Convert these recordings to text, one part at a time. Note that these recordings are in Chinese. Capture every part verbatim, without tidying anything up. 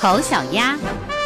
丑小鸭。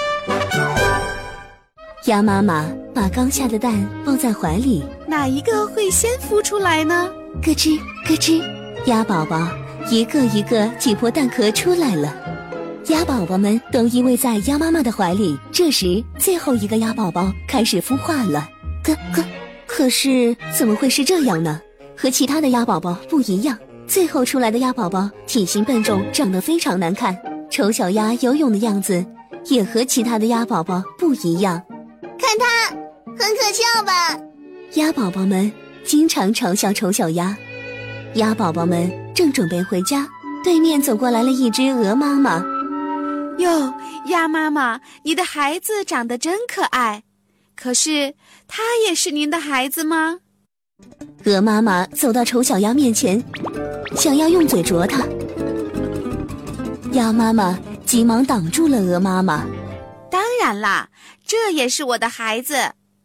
鸭妈妈把刚下的蛋抱在怀里， 哪一个会先孵出来呢？ 咯吱咯吱，鸭宝宝一个一个挤破蛋壳出来了。鸭宝宝们都依偎在鸭妈妈的怀里。这时，最后一个鸭宝宝开始孵化了，咯咯。可是怎么会是这样呢？和其他的鸭宝宝不一样，最后出来的鸭宝宝体型笨重，长得非常难看。丑小鸭游泳的样子也和其他的鸭宝宝不一样。 看它，很可笑吧？ 鸭宝宝们经常嘲笑丑小鸭。鸭宝宝们正准备回家，对面走过来了一只鹅妈妈。 哟，鸭妈妈，你的孩子长得真可爱，可是他也是您的孩子吗？ 鹅妈妈走到丑小鸭面前，想要用嘴啄它。鸭妈妈急忙挡住了鹅妈妈。 当然啦，这也是我的孩子。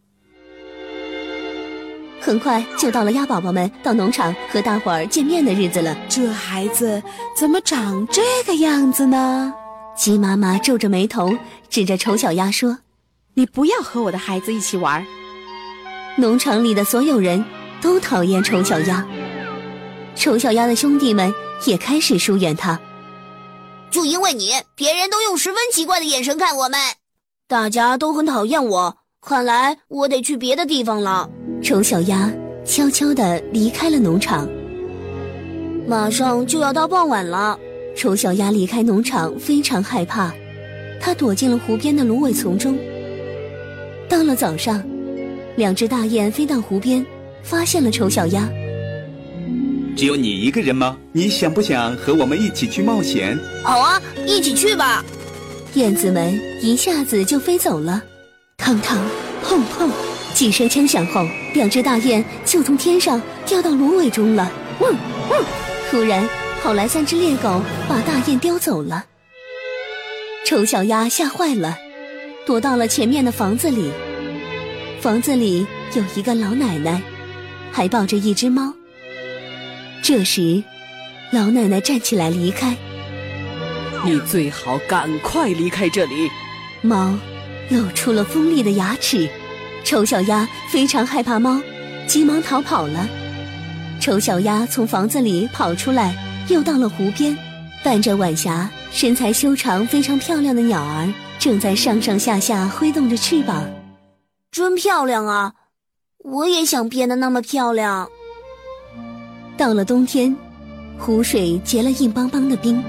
很快就到了鸭宝宝们到农场和大伙儿见面的日子了。 这孩子怎么长这个样子呢？ 鸡妈妈皱着眉头，指着丑小鸭说：“ 你不要和我的孩子一起玩。” 农场里的所有人都讨厌丑小鸭，丑小鸭的兄弟们也开始疏远它。 就因为你，别人都用十分奇怪的眼神看我们， 大家都很讨厌我，看来我得去别的地方了。 丑小鸭悄悄地离开了农场。 马上就要到傍晚了， 丑小鸭离开农场非常害怕，它躲进了湖边的芦苇丛中。到了早上，两只大雁飞到湖边，发现了丑小鸭。 只有你一个人吗？你想不想和我们一起去冒险？ 好啊，一起去吧。 燕子们一下子就飞走了。嘡嘡砰砰，几声枪响后，两只大雁就从天上掉到芦苇中了。嗡嗡，突然跑来三只猎狗，把大雁叼走了。丑小鸭吓坏了，躲到了前面的房子里。房子里有一个老奶奶，还抱着一只猫。这时，老奶奶站起来离开。 你最好赶快离开这里。 猫露出了锋利的牙齿，丑小鸭非常害怕猫，急忙逃跑了。丑小鸭从房子里跑出来，又到了湖边。伴着晚霞，身材修长非常漂亮的鸟儿正在上上下下挥动着翅膀。 真漂亮啊，我也想变得那么漂亮。 到了冬天，湖水结了硬邦邦的冰，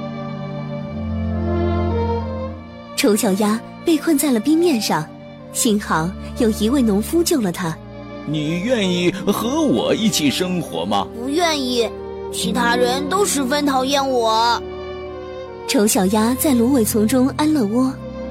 丑小鸭被困在了冰面上，幸好有一位农夫救了它。 你愿意和我一起生活吗？ 不愿意，其他人都十分讨厌我。 丑小鸭在芦苇丛中安了窝。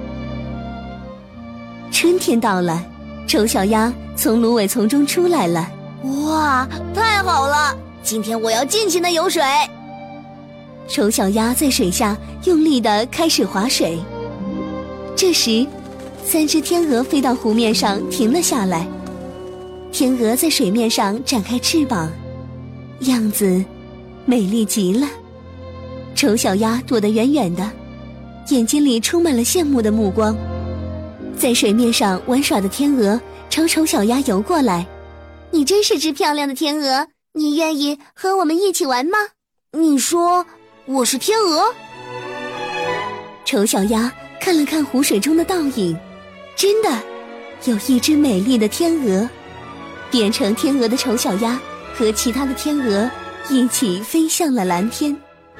春天到了，丑小鸭从芦苇丛中出来了。 哇，太好了！今天我要尽情的游水。 丑小鸭在水下用力地开始划水。这时，三只天鹅飞到湖面上停了下来。天鹅在水面上展开翅膀，样子美丽极了。丑小鸭躲得远远的，眼睛里充满了羡慕的目光。在水面上玩耍的天鹅朝丑小鸭游过来。 你真是只漂亮的天鹅，你愿意和我们一起玩吗？ 你说我是天鹅？ 丑小鸭看了看湖水中的倒影，真的有一只美丽的天鹅。变成天鹅的丑小鸭和其他的天鹅一起飞向了蓝天。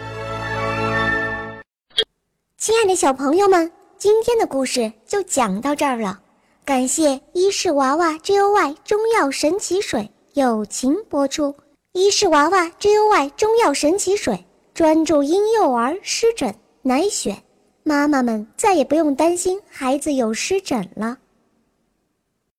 亲爱的小朋友们，今天的故事就讲到这儿了。感谢伊氏娃娃 G O Y 中药神奇水友情播出。伊氏娃娃 G O Y 中药神奇水专注婴幼儿湿疹奶癣，妈妈们再也不用担心孩子有湿疹了。